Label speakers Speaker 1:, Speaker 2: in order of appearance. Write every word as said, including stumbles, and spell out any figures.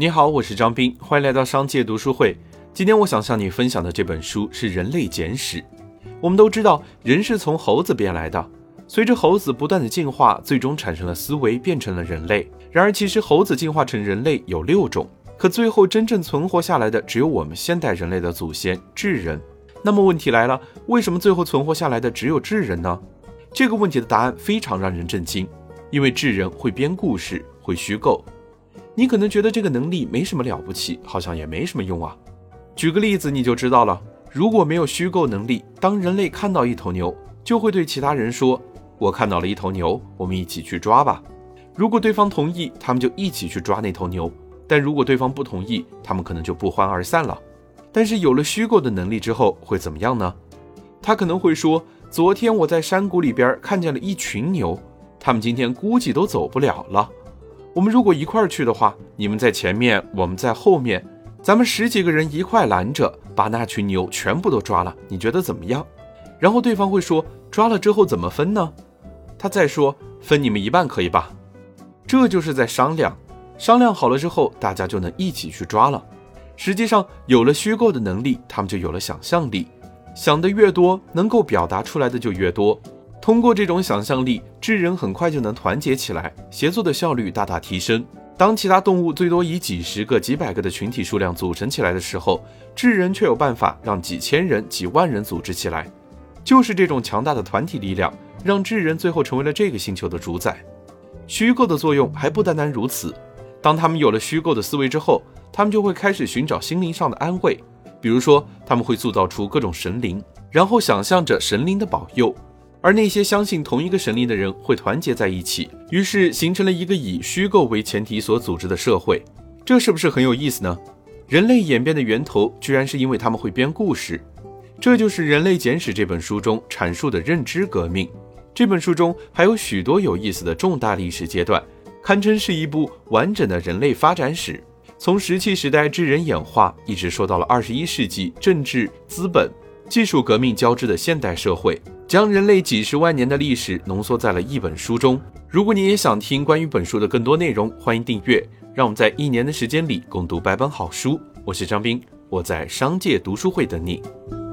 Speaker 1: 你好，我是张斌，欢迎来到商界读书会。今天我想向你分享的这本书是《人类简史》。我们都知道，人是从猴子变来的，随着猴子不断的进化，最终产生了思维，变成了人类。然而其实猴子进化成人类有六种，可最后真正存活下来的只有我们现代人类的祖先智人。那么问题来了，为什么最后存活下来的只有智人呢？这个问题的答案非常让人震惊，因为智人会编故事，会虚构。你可能觉得这个能力没什么了不起，好像也没什么用啊。举个例子你就知道了，如果没有虚构能力，当人类看到一头牛，就会对其他人说，我看到了一头牛，我们一起去抓吧。如果对方同意，他们就一起去抓那头牛，但如果对方不同意，他们可能就不欢而散了。但是有了虚构的能力之后会怎么样呢？他可能会说，昨天我在山谷里边看见了一群牛，他们今天估计都走不了了。我们如果一块儿去的话，你们在前面，我们在后面，咱们十几个人一块拦着，把那群牛全部都抓了，你觉得怎么样？然后对方会说，抓了之后怎么分呢？他再说，分你们一半可以吧？这就是在商量，商量好了之后，大家就能一起去抓了。实际上有了虚构的能力，他们就有了想象力，想得越多，能够表达出来的就越多。通过这种想象力，智人很快就能团结起来，协作的效率大大提升。当其他动物最多以几十个、几百个的群体数量组成起来的时候，智人却有办法让几千人、几万人组织起来。就是这种强大的团体力量，让智人最后成为了这个星球的主宰。虚构的作用还不单单如此，当他们有了虚构的思维之后，他们就会开始寻找心灵上的安慰。比如说，他们会塑造出各种神灵，然后想象着神灵的保佑。而那些相信同一个神灵的人会团结在一起，于是形成了一个以虚构为前提所组织的社会。这是不是很有意思呢？人类演变的源头居然是因为他们会编故事。这就是《人类简史》这本书中阐述的认知革命。这本书中还有许多有意思的重大历史阶段，堪称是一部完整的人类发展史，从石器时代智人演化，一直说到了二十一世纪政治、资本、技术革命交织的现代社会，将人类几十万年的历史浓缩在了一本书中。如果你也想听关于本书的更多内容，欢迎订阅，让我们在一年的时间里共读百本好书。我是张斌，我在商界读书会等你。